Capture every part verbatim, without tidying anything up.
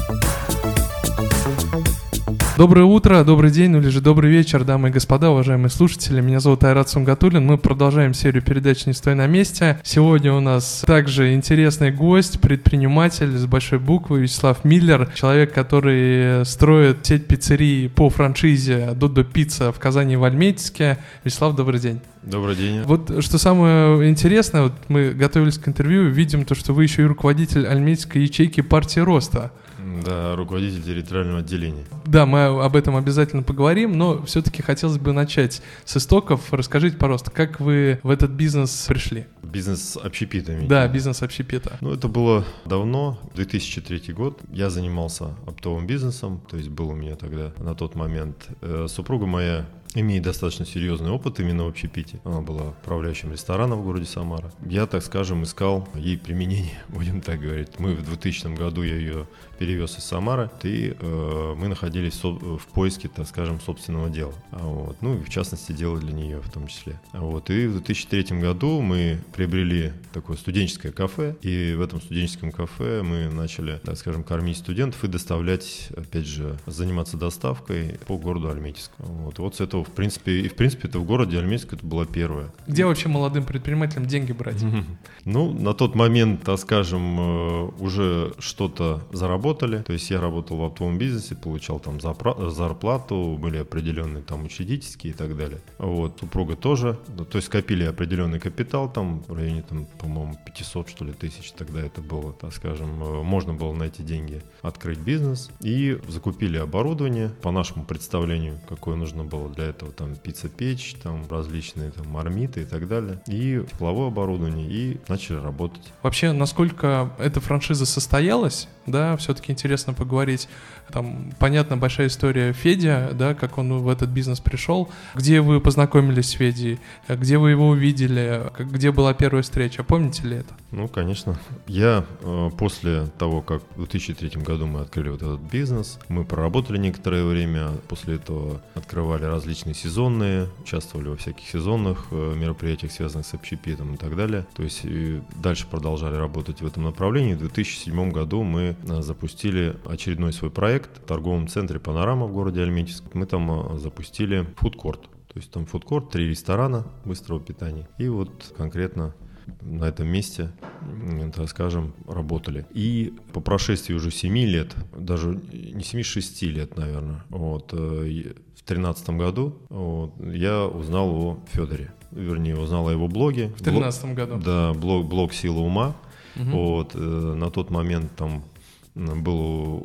Доброе утро, добрый день, ну или же добрый вечер, дамы и господа, уважаемые слушатели. Меня зовут Айрат Сунгатуллин. Мы продолжаем серию передач «Не стой на месте». Сегодня у нас также интересный гость, предприниматель с большой буквы Вячеслав Миллер. Человек, который строит сеть пиццерий по франшизе Додо Пицца в Казани и в Альметьевске. Вячеслав, добрый день. Добрый день. Вот что самое интересное, вот мы готовились к интервью, видим то, что вы еще и руководитель альметьевской ячейки партии роста. Да, руководитель территориального отделения. Да, мы об этом обязательно поговорим, но все-таки хотелось бы начать с истоков. Расскажите, пожалуйста, как вы в этот бизнес пришли? Бизнес с общепитами. Да, бизнес общепита. Ну, это было давно, две тысячи третий год. Я занимался оптовым бизнесом, то есть был у меня тогда на тот момент. Э, супруга моя имеет достаточно серьезный опыт именно в общепите. Она была управляющим ресторана в городе Самара. Я, так скажем, искал ей применение, будем так говорить. Мы в двухтысячном году, я ее перевез из Самары, и э, мы находились в, в поиске, так скажем, собственного дела. Вот. Ну, и в частности, дела для нее в том числе. Вот. И в две тысячи третьем году мы приобрели такое студенческое кафе, и в этом студенческом кафе мы начали, так скажем, кормить студентов и доставлять, опять же, заниматься доставкой по городу Альметьевску. Вот. Вот с этого, в принципе, и в принципе это в городе Альметьевск это была первая. Где вообще молодым предпринимателям деньги брать? Ну, на тот момент, так скажем, уже что-то заработали. То есть я работал в оптовом бизнесе, получал там зарплату, были определенные там учредительские и так далее. Вот, супруга тоже. То есть скопили определенный капитал там в районе, там, по-моему, пятьсот что ли тысяч тогда это было, так скажем. Можно было на эти деньги открыть бизнес. И закупили оборудование по нашему представлению, какое нужно было для этого. Там пицца-печь, там различные там мармиты и так далее. И тепловое оборудование. И начали работать. Вообще, насколько эта франшиза состоялась, да, все-таки интересно поговорить. Там, понятно, большая история Федя, да, как он в этот бизнес пришел. Где вы познакомились с Федей? Где вы его увидели? Где была первая встреча? Помните ли это? Ну, конечно. Я э, после того, как в две тысячи третьем году мы открыли вот этот бизнес, мы проработали некоторое время. После этого открывали различные сезонные, участвовали во всяких сезонных э, мероприятиях, связанных с общепитом и так далее. То есть и дальше продолжали работать в этом направлении. В две тысячи седьмом году мы э, запустили очередной свой проект в торговом центре «Панорама» в городе Альметьевск. Мы там э, запустили фудкорт. То есть там фудкорт, три ресторана быстрого питания. И вот конкретно на этом месте, так скажем, работали. И по прошествии уже семи лет, даже не семи, шести лет, наверное, вот, в две тысячи тринадцатом году вот, я узнал о Федоре. Вернее, узнал о его блоге. В две тысячи тринадцатом году? Да, блог, блог «Сила ума». Угу. Вот, на тот момент там было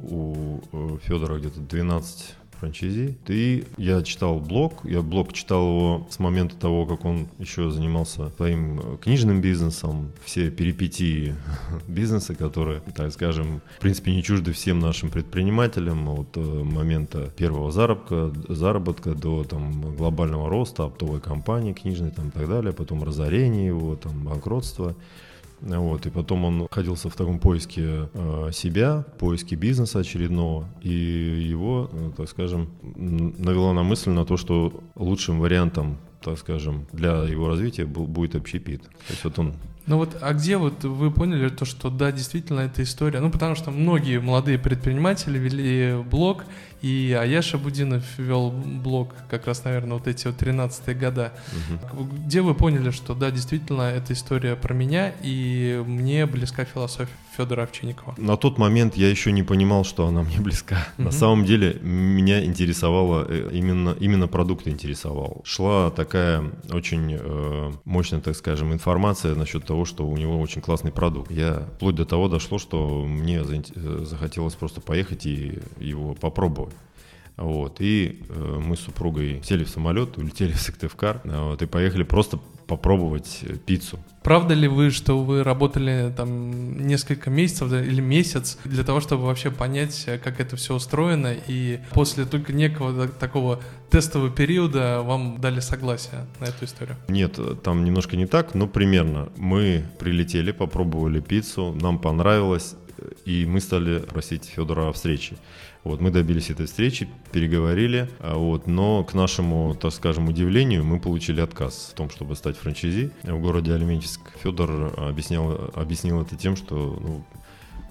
у, у Федора где-то двенадцать франчайзи. И я читал блог, я блог читал его с момента того, как он еще занимался своим книжным бизнесом, все перипетии бизнеса, которые, так скажем, в принципе не чужды всем нашим предпринимателям, от момента первого заработка, заработка до там глобального роста оптовой компании книжной там, и так далее, потом разорение его, там, банкротство. Вот, и потом он находился в таком поиске э, себя, поиске бизнеса очередного, и его, э, так скажем, навела на мысль на то, что лучшим вариантом, так скажем, для его развития был, будет общепит. То есть вот он... Ну вот, а где вот вы поняли то, что да, действительно, эта история, ну потому что многие молодые предприниматели вели блог, и Аяш Абудинов вел блог как раз, наверное, вот эти вот тринадцатые года. Угу. Где вы поняли, что да, действительно, эта история про меня, и мне близка философия Федора Овчинникова? На тот момент я еще не понимал, что она мне близка. Угу. На самом деле меня интересовало, именно, именно продукт интересовал. Шла такая очень э, мощная, так скажем, информация насчет того, что у него очень классный продукт. Я вплоть до того дошло, что мне захотелось просто поехать и его попробовать. Вот. И э, мы с супругой сели в самолет, улетели в Сыктывкар, вот, и поехали просто попробовать пиццу. Правда ли вы, что вы работали там несколько месяцев или месяц для того, чтобы вообще понять, как это все устроено, и после только некого такого тестового периода вам дали согласие на эту историю? Нет, там немножко не так, но примерно. Мы прилетели, попробовали пиццу, нам понравилось, и мы стали просить Федора о встрече. Вот, мы добились этой встречи, переговорили, вот, но к нашему, так скажем, удивлению мы получили отказ в том, чтобы стать франчайзи в городе Альметьевск. Федор объяснял, объяснил это тем, что ну,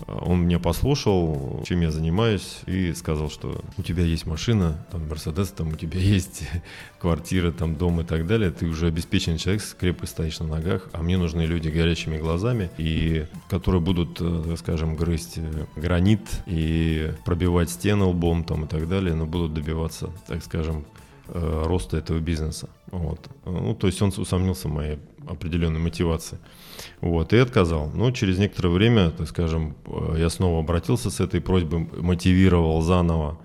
Он меня послушал, чем я занимаюсь, и сказал, что у тебя есть машина, там, Мерседес, там, у тебя есть квартира, там, дом и так далее. Ты уже обеспеченный человек, крепко стоишь на ногах, а мне нужны люди горящими глазами, и которые будут, так скажем, грызть гранит и пробивать стены лбом, там, и так далее, но будут добиваться, так скажем, роста этого бизнеса. Вот. Ну, то есть он усомнился в моей определенной мотивации. Вот, и отказал. Но через некоторое время, так скажем, я снова обратился с этой просьбой, мотивировал заново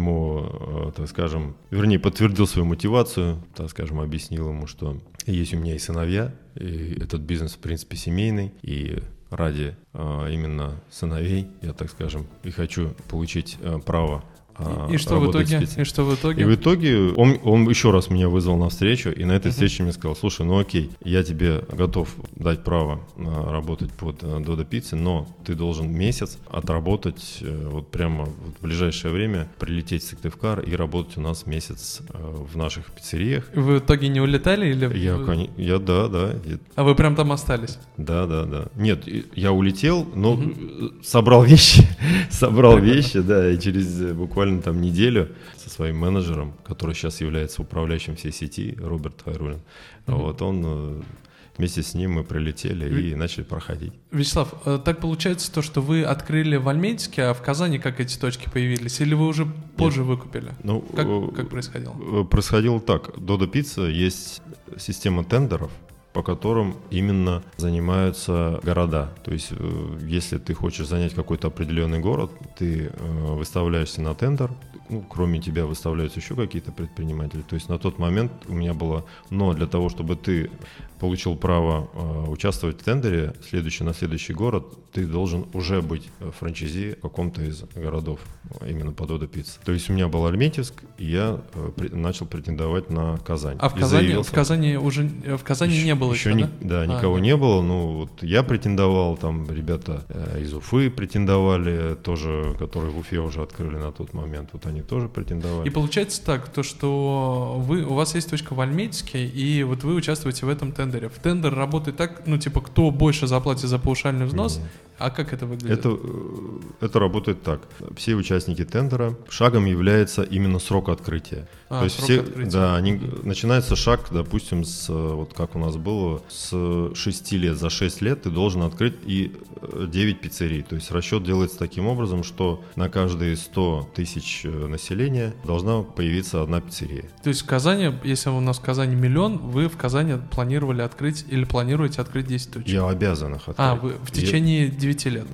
ему, так скажем, вернее, подтвердил свою мотивацию, так скажем, объяснил ему, что есть у меня и сыновья, и этот бизнес, в принципе, семейный, и ради именно сыновей я, так скажем, и хочу получить право. И, и, что в итоге? и что в итоге? И в итоге он, он еще раз меня вызвал на встречу, и на этой uh-huh. встрече мне сказал: слушай, ну окей, я тебе готов дать право работать под Dodo Pizza, но ты должен месяц отработать, вот прямо в ближайшее время прилететь в Сыктывкар и работать у нас месяц в наших пиццериях. Вы в итоге не улетали? Или... Я, я да, да. А вы прям там остались? Да, да, да. Нет, я улетел, но uh-huh. собрал вещи, собрал вещи, да, и через буквально там неделю со своим менеджером, который сейчас является управляющим всей сети, Роберт Хайрулин. Mm-hmm. Вот он, вместе с ним мы прилетели Ви... и начали проходить. Вячеслав, так получается то, что вы открыли в Альметьевске, а в Казани как эти точки появились? Или вы уже позже Нет. выкупили? Ну, как, как происходило? Происходило так. Dodo Pizza есть система тендеров, по которым именно занимаются города. То есть, если ты хочешь занять какой-то определенный город, ты выставляешься на тендер, ну, кроме тебя выставляются еще какие-то предприниматели. То есть на тот момент у меня было, но для того, чтобы ты получил право э, участвовать в тендере, следующий на следующий город, ты должен уже быть франчайзи в каком-то из городов, именно по Dodo Pizza. То есть у меня был Альметьевск, и я э, при, начал претендовать на Казань. А в Казани, в Казани уже в Казани еще, не было еще, еще да? Ни, да, никого а, не было. Ну вот я претендовал, там ребята э, из Уфы претендовали, тоже, которые в Уфе уже открыли на тот момент. Вот они тоже претендовали. И получается так, то что вы, у вас есть точка в Альметьевске, и вот вы участвуете в этом тендере. В тендер работает так, ну типа, кто больше заплатит за паушальный взнос, mm-hmm. а как это выглядит? Это, это работает так. Все участники тендера, шагом является именно срок открытия. А, То есть срок все, открытия. да, они, начинается шаг, допустим, с, вот как у нас было, с шести лет. За шесть лет ты должен открыть и девять пиццерий. То есть расчет делается таким образом, что на каждые сто тысяч населения должна появиться одна пиццерия. То есть в Казани, если у нас в Казани миллион, вы в Казани планировали открыть или планируете открыть десять точек? Я обязан их открыть. А, вы в течение девяти лет?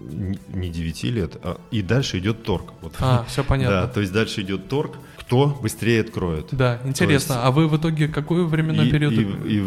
Не девяти лет, а и дальше идет торг. Вот. А, все понятно. Да, то есть дальше идет торг, кто быстрее откроет. Да, интересно. Есть... А вы в итоге какой временной и, период? И, и,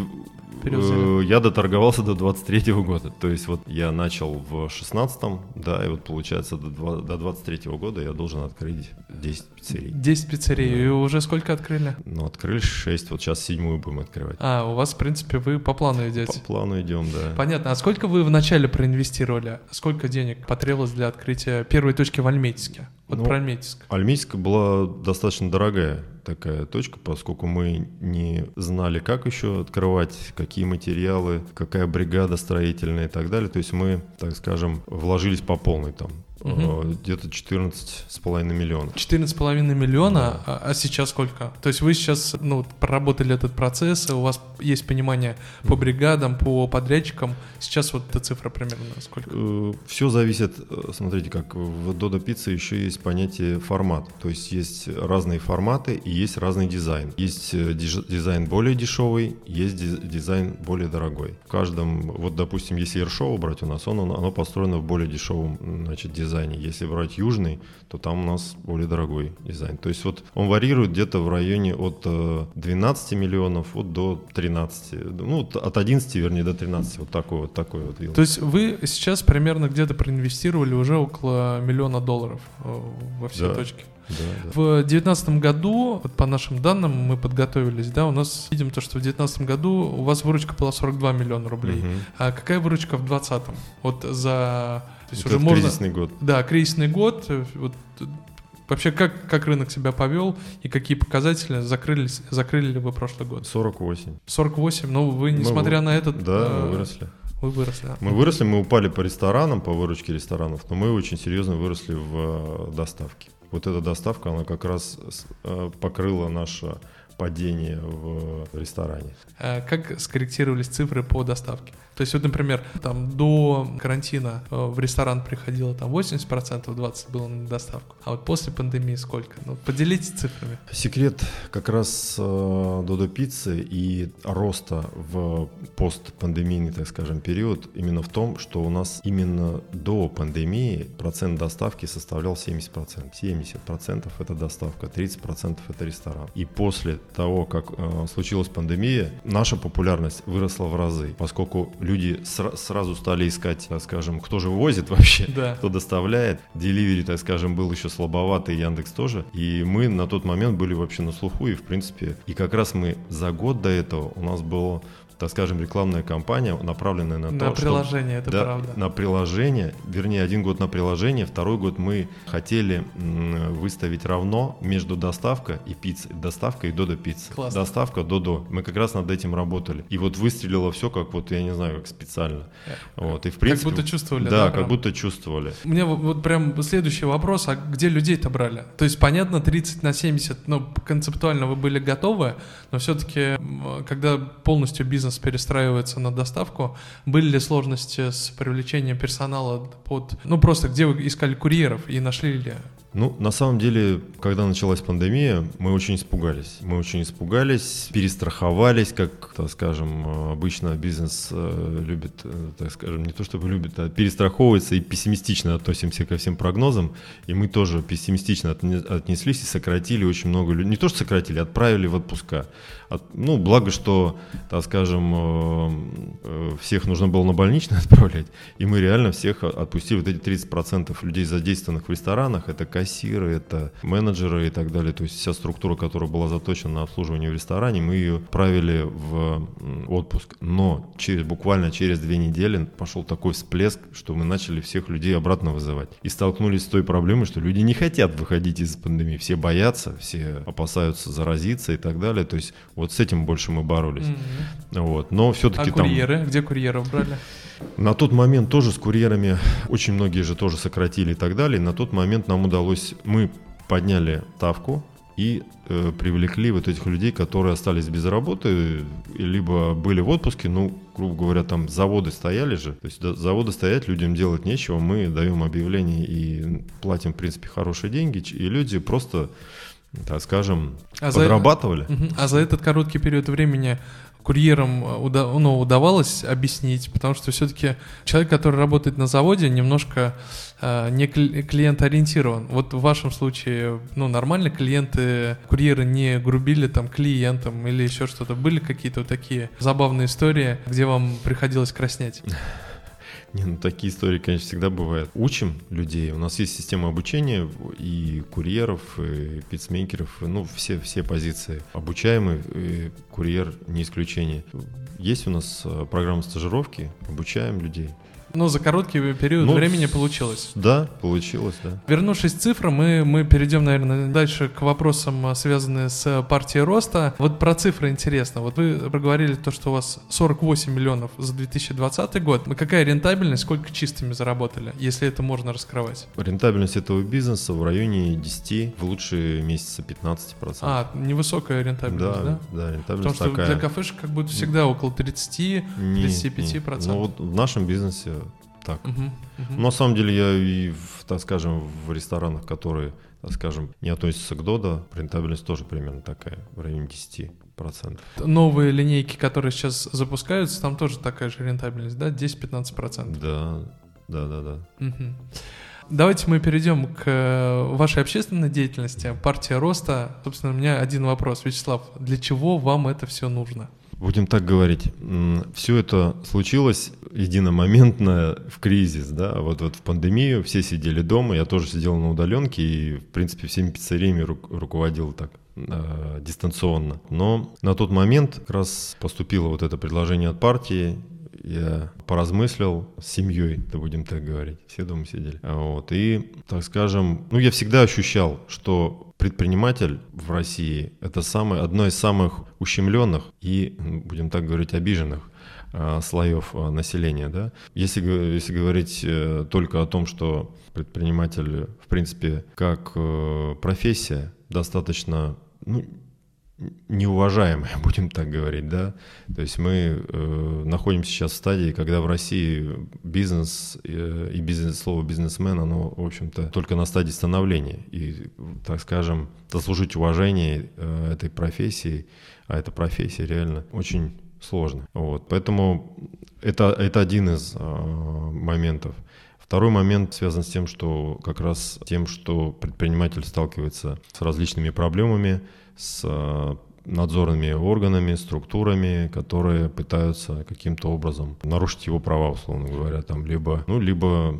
э, я доторговался до двадцать третьего года. То есть вот я начал в шестнадцатом, да, и вот получается до, до двадцать третьего года я должен открыть десять пиццерий. десять пиццерий. Да. И уже сколько открыли? Ну, открыли шесть, вот сейчас седьмую будем открывать. А, у вас, в принципе, вы по плану идете? По плану идем, да. Понятно. А сколько вы вначале проинвестировали? Сколько денег потребовалось для открытия первой точки в Альметьевске? Вот ну, про Альметьевск. Альметьевск была достаточно дорогая такая точка, поскольку мы не знали, как еще открывать, какие материалы, какая бригада строительная и так далее. То есть мы, так скажем, вложились по полной там. Угу. Где-то четырнадцать с половиной миллионов. четырнадцать с половиной миллиона, да. а, а сейчас сколько? То есть вы сейчас ну, проработали этот процесс, у вас есть понимание по бригадам, по подрядчикам. Сейчас вот эта цифра примерно сколько? Все зависит, смотрите, как в Dodo Pizza еще есть понятие формат. То есть есть разные форматы и есть разный дизайн. Есть дизайн более дешевый, есть дизайн более дорогой. В каждом, вот допустим, если Air-Show брать у нас, он, оно построено в более дешевом, значит, дизайне. Если брать южный, то там у нас более дорогой дизайн. То есть вот он варьирует где-то в районе от двенадцати миллионов вот до тринадцати. Ну, от одиннадцати, вернее, до тринадцати. Вот такой вот, такой вот вилл. То есть вы сейчас примерно где-то проинвестировали уже около миллиона долларов во все да. точки. Да, да. В две тысячи девятнадцатом году, по нашим данным, мы подготовились, да, у нас видим то, что в две тысячи девятнадцатом году у вас выручка была сорок два миллиона рублей. Угу. А какая выручка в две тысячи двадцатом? Вот за... То есть вот уже можно... кризисный год. Да, кризисный год. Вот, вообще, как, как рынок себя повел и какие показатели закрыли, закрыли ли вы прошлый год? сорок восемь. сорок восемь, ну вы, несмотря мы, на этот... Да, мы выросли. Вы выросли. Мы выросли, мы упали по ресторанам, по выручке ресторанов, но мы очень серьезно выросли в доставке. Вот эта доставка, она как раз покрыла наше падение в ресторане. Как скорректировались цифры по доставке? То есть, вот, например, там до карантина в ресторан приходило там восемьдесят процентов, двадцать процентов было на доставку. А вот после пандемии сколько? Ну, поделитесь цифрами. Секрет как раз э, Додо Пиццы и роста в постпандемийный, так скажем, период именно в том, что у нас именно до пандемии процент доставки составлял семьдесят процентов. семьдесят процентов это доставка, тридцать процентов это ресторан. И после того, как э, случилась пандемия, наша популярность выросла в разы, поскольку люди сра- сразу стали искать, так скажем, кто же вывозит вообще, да. кто доставляет. Деливери, так скажем, был еще слабоватый, Яндекс тоже. И мы на тот момент были вообще на слуху, и в принципе, и как раз мы за год до этого у нас было, так скажем, рекламная кампания, направленная на, на то, приложение, что, это да, правда. на приложение, вернее, один год на приложение, второй год мы хотели м, выставить равно между доставкой и пиццей, доставка и Додо Пицца. Классно. Доставка, Додо. Мы как раз над этим работали. И вот выстрелило все, как вот, я не знаю, как специально. Вот. И в принципе, как будто чувствовали, да? Да, Да, как прям? будто чувствовали. У меня вот, вот прям следующий вопрос, а где людей-то брали? То есть, понятно, тридцать на семьдесят, ну, концептуально вы были готовы, но все-таки, когда полностью бизнес перестраивается на доставку, были ли сложности с привлечением персонала под... Ну, просто где вы искали курьеров и нашли ли? Ну, на самом деле, когда началась пандемия, мы очень испугались. Мы очень испугались, перестраховались, как, так скажем, обычно бизнес э, любит, э, так скажем, не то чтобы любит, а перестраховывается и пессимистично относимся ко всем прогнозам. И мы тоже пессимистично отнеслись и сократили очень много людей. Не то, что сократили, отправили в отпуска. От, ну, благо, что, так скажем, э, э, всех нужно было на больничный отправлять, и мы реально всех отпустили. Вот эти тридцать процентов людей, задействованных в ресторанах, это кассиры, это менеджеры и так далее. То есть вся структура, которая была заточена на обслуживание в ресторане, мы ее отправили в отпуск. Но через, буквально через две недели пошел такой всплеск, что мы начали всех людей обратно вызывать. И столкнулись с той проблемой, что люди не хотят выходить из пандемии. Все боятся, все опасаются заразиться и так далее. То есть вот с этим больше мы боролись. Mm-hmm. Вот. Но все-таки а курьеры? Там... Где курьеров брали? На тот момент тоже с курьерами очень многие же тоже сократили и так далее. На тот момент нам удалось, мы подняли ставку и э, привлекли вот этих людей, которые остались без работы, либо были в отпуске, ну, грубо говоря, там заводы стояли же. То есть заводы стоят, людям делать нечего, мы даем объявление и платим, в принципе, хорошие деньги, и люди просто, так скажем, а подрабатывали. За, а за этот короткий период времени курьерам уда, ну, удавалось объяснить, потому что все-таки человек, который работает на заводе, немножко э, не клиент-ориентирован. Вот в вашем случае, ну, нормально клиенты, курьеры не грубили там клиентам или еще что-то? Были какие-то вот такие забавные истории, где вам приходилось краснеть? Не, ну такие истории, конечно, всегда бывают. Учим людей. У нас есть система обучения и курьеров, и пиццмейкеров, ну, все, все позиции. Обучаемый, и курьер не исключение. Есть у нас программа стажировки, обучаем людей. Ну, за короткий период ну, времени получилось. Да, получилось, да. Вернувшись к цифрам, мы, мы перейдем, наверное, дальше к вопросам, связанным с партией роста. Вот про цифры интересно. Вот вы проговорили то, что у вас сорок восемь миллионов за две тысячи двадцатый год. Какая рентабельность, сколько чистыми заработали, если это можно раскрывать? Рентабельность этого бизнеса в районе десять, в лучшие месяцы пятнадцать процентов. А, невысокая рентабельность, да? Да, да, рентабельность Потому что такая. Для кафешек как будто всегда около тридцать-тридцать пять процентов. Ну вот в нашем бизнесе так. Uh-huh, uh-huh. Но на самом деле я и, в, так скажем, в ресторанах, которые, так скажем, не относятся к Додо, рентабельность тоже примерно такая, в районе десять процентов. Новые линейки, которые сейчас запускаются, там тоже такая же рентабельность, да? десять-пятнадцать процентов. Да, да, да, да. Uh-huh. Давайте мы перейдем к вашей общественной деятельности, партия роста. Собственно, у меня один вопрос. Вячеслав, для чего вам это все нужно? Будем так говорить, все это случилось единомоментно в кризис, да, вот, вот в пандемию все сидели дома, я тоже сидел на удаленке и, в принципе, всеми пиццериями ру- руководил так э, дистанционно. Но на тот момент как раз поступило вот это предложение от партии, я поразмыслил с семьей, да будем так говорить, все дома сидели. Вот, и, так скажем, ну я всегда ощущал, что предприниматель в России – это самое, одно из самых ущемленных и, будем так говорить, обиженных. слоев населения. Да? Если, если говорить только о том, что предприниматель, в принципе, как профессия, достаточно ну, неуважаемая, будем так говорить, да. То есть мы э, находимся сейчас в стадии, когда в России бизнес э, и бизнес, слово бизнесмен, оно, в общем-то, только на стадии становления. И, так скажем, заслужить уважение э, этой профессии, а эта профессия реально очень сложно. Вот. Поэтому это, это один из э, моментов. Второй момент связан с тем, что как раз тем, что предприниматель сталкивается с различными проблемами, с надзорными органами, структурами, которые пытаются каким-то образом нарушить его права, условно говоря, там, либо, ну, либо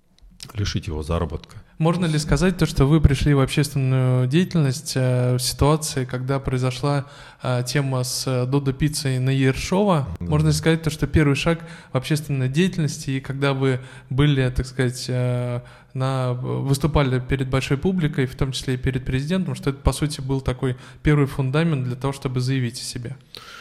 лишить его заработка. Можно ли сказать то, что вы пришли в общественную деятельность э, в ситуации, когда произошла э, тема с Додо Пиццей на Ершова? Да. Можно ли сказать то, что первый шаг в общественной деятельности, и когда вы были, так сказать, э, на, выступали перед большой публикой, в том числе и перед президентом, что это, по сути, был такой первый фундамент для того, чтобы заявить о себе?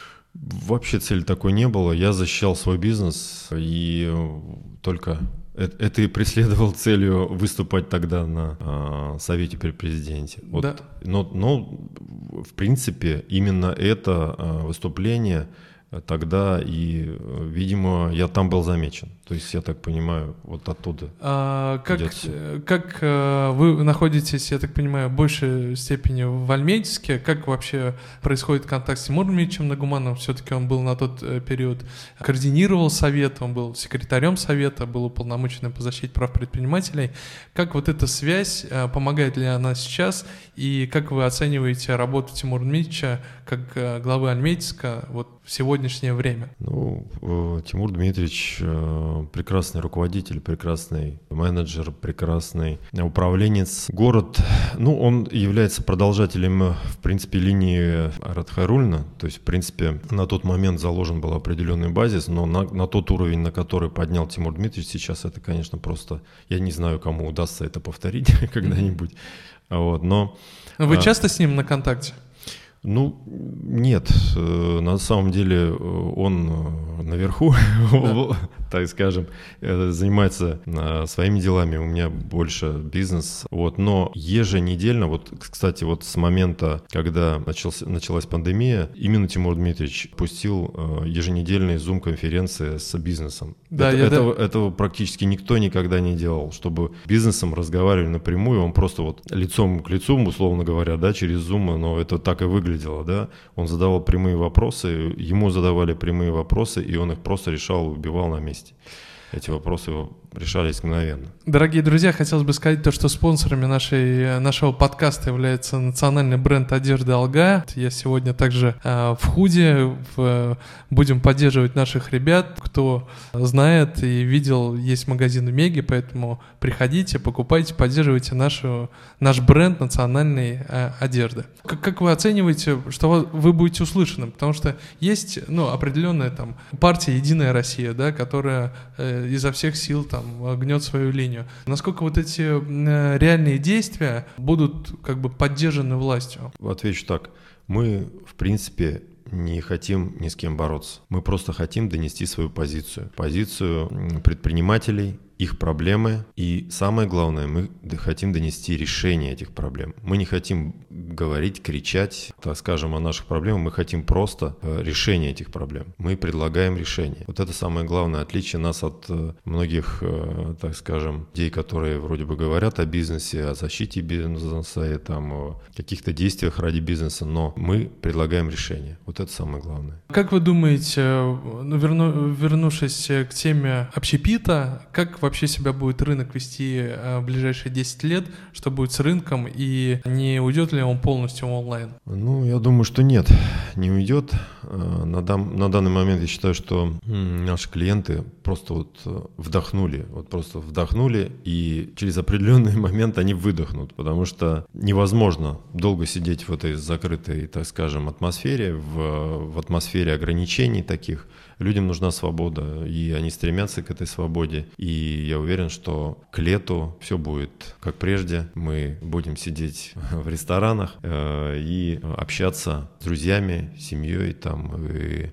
Вообще цели такой не было. Я защищал свой бизнес, и только... Это и преследовал целью выступать тогда на э, Совете при президенте. Вот. Да. Но, но, в принципе, именно это э, выступление тогда и, видимо, я там был замечен. То есть, я так понимаю, вот оттуда. А, как, как вы находитесь, я так понимаю, в большей степени в Альметьевске? Как вообще происходит контакт с Тимуром Ильичем Нагумановым? Все-таки он был на тот период, координировал совет, он был секретарем совета, был уполномоченным по защите прав предпринимателей. Как вот эта связь помогает для нас сейчас? И как вы оцениваете работу Тимура Дмитриевича как главы Альметьевска вот в сегодняшнее время? Ну, Тимур Дмитриевич прекрасный руководитель, прекрасный менеджер, прекрасный управленец. Город, ну, он является продолжателем, в принципе, линии Айрата Хайруллина. То есть, в принципе, на тот момент заложен был определенный базис, но на, на тот уровень, на который поднял Тимур Дмитриевич, сейчас это, конечно, просто... Я не знаю, кому удастся это повторить когда-нибудь. Вот, но... Вы часто с ним на контакте? Ну, нет, на самом деле он наверху, да. так скажем, занимается своими делами, у меня больше бизнес, вот, но еженедельно, вот, кстати, вот с момента, когда начался, началась пандемия, именно Тимур Дмитриевич пустил еженедельные зум-конференции с бизнесом. Да, это, я, этого, да. этого практически никто никогда не делал, чтобы бизнесом разговаривали напрямую, он просто вот лицом к лицу, условно говоря, да, через зум, но это так и выглядит. Да? Он задавал прямые вопросы, ему задавали прямые вопросы, и он их просто решал, убивал на месте. Эти вопросы решались мгновенно. Дорогие друзья, хотелось бы сказать то, что спонсорами нашей, нашего подкаста является национальный бренд одежды Алга. Я сегодня также э, в худи в, будем поддерживать наших ребят. Кто знает и видел, есть магазин в Меге, поэтому приходите, покупайте, поддерживайте нашу, наш бренд национальной э, одежды. Как, как вы оцениваете, что вы будете услышаны? Потому что есть ну, определенная там партия «Единая Россия», да, которая э, изо всех сил там гнет свою линию. Насколько вот эти э, реальные действия будут как бы поддержаны властью? Отвечу так. Мы, в принципе, не хотим ни с кем бороться. Мы просто хотим донести свою позицию. Позицию предпринимателей, их проблемы. И самое главное, мы хотим донести решение этих проблем. Мы не хотим говорить, кричать, так скажем, о наших проблемах. Мы хотим просто решения этих проблем. Мы предлагаем решение. Вот это самое главное отличие нас от многих, так скажем, людей, которые вроде бы говорят о бизнесе, о защите бизнеса и там, о каких-то действиях ради бизнеса, но мы предлагаем решение. Вот это самое главное. Как вы думаете, ну, верну, вернувшись к теме общепита, как вообще себя будет рынок вести в ближайшие десять лет, что будет с рынком и не уйдет ли он полностью в онлайн? Ну, я думаю, что нет, не уйдет. На, дан, на данный момент я считаю, что наши клиенты просто вот вдохнули, вот просто вдохнули, и через определенный момент они выдохнут, потому что невозможно долго сидеть в этой закрытой, так скажем, атмосфере, в, в атмосфере ограничений таких. Людям нужна свобода, и они стремятся к этой свободе. И я уверен, что к лету все будет как прежде. Мы будем сидеть в ресторанах э, и общаться с друзьями, семьей там, и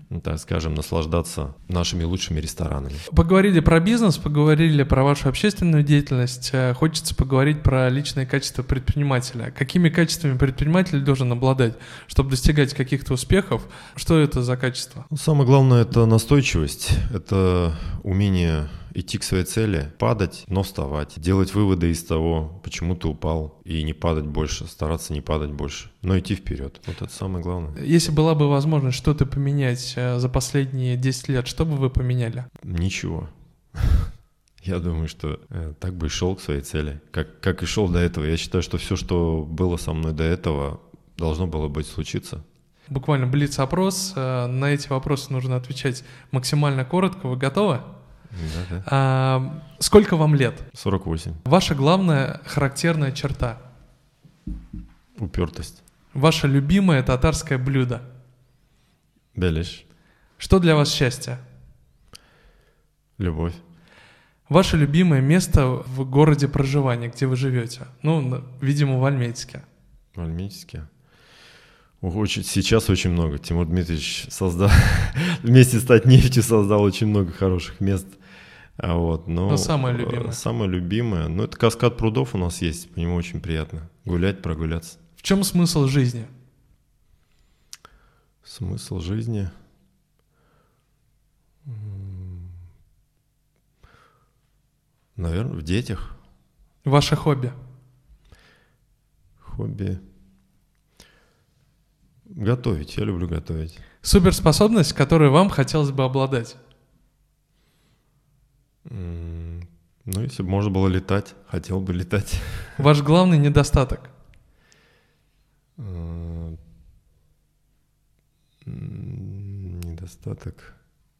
так скажем, наслаждаться нашими лучшими ресторанами. Поговорили про бизнес, поговорили про вашу общественную деятельность. Хочется поговорить про личные качества предпринимателя. Какими качествами предприниматель должен обладать, чтобы достигать каких-то успехов? Что это за качество? Ну, самое главное – это настойчивость, это умение идти к своей цели, падать, но вставать, делать выводы из того, почему ты упал, и не падать больше, стараться не падать больше, но идти вперед. Вот это самое главное. Если была бы возможность что-то поменять за последние десять лет, что бы вы поменяли? Ничего. Я думаю, что э, так бы и шел к своей цели, как, как и шел до этого. Я считаю, что все, что было со мной до этого, должно было быть случиться. Буквально блиц-опрос. На эти вопросы нужно отвечать максимально коротко. Вы готовы? Да, да. А, сколько вам лет? сорок восемь. Ваша главная характерная черта? Упертость. Ваше любимое татарское блюдо? Беляш. Что для вас счастье? Любовь. Ваше любимое место в городе проживания, где вы живете? Ну, видимо, в Альметьевске. В Альметьевске. Очень, сейчас очень много. Тимур Дмитриевич создал, вместе с Татнефтью создал очень много хороших мест. А вот, но, но самое любимое? Самое любимое, ну это каскад прудов у нас есть, по нему очень приятно гулять, прогуляться. В чем смысл жизни? Смысл жизни? Наверное, в детях. Ваше хобби? Хобби... Готовить, я люблю готовить. Суперспособность, которой вам хотелось бы обладать? Mm, ну, если бы можно было летать, хотел бы летать. Ваш главный недостаток? Uh, недостаток...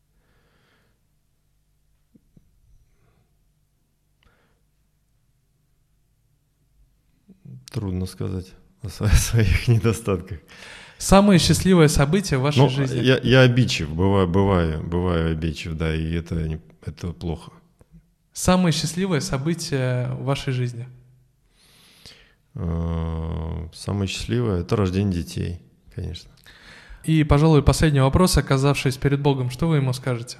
Трудно сказать о своих недостатках. Самое счастливое событие в вашей ну, жизни? Я, я обидчив, бываю, бываю, бываю обидчив, да, и это, это плохо. Самое счастливое событие в вашей жизни? Самое счастливое – это рождение детей, конечно. И, пожалуй, последний вопрос, оказавшись перед Богом, что вы ему скажете?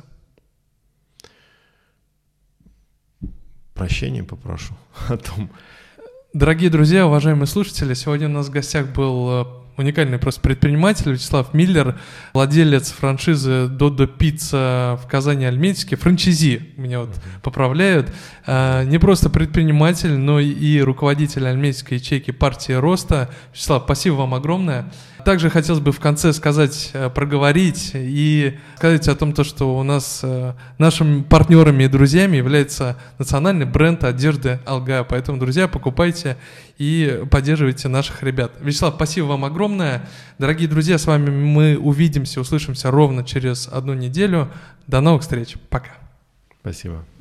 Прощение попрошу о том. Дорогие друзья, уважаемые слушатели, сегодня у нас в гостях был уникальный просто предприниматель Вячеслав Миллер, владелец франшизы Додо Пицца в Казани-Альметьевске, франчайзи, меня вот uh-huh. поправляют. А, не просто предприниматель, но и руководитель альметьевской ячейки партии Роста. Вячеслав, спасибо вам огромное. Также хотелось бы в конце сказать, проговорить и сказать о том, что у нас нашими партнерами и друзьями является национальный бренд одежды Алга. Поэтому, друзья, покупайте и поддерживайте наших ребят. Вячеслав, спасибо вам огромное. Дорогие друзья, с вами мы увидимся, услышимся ровно через одну неделю. До новых встреч. Пока. Спасибо.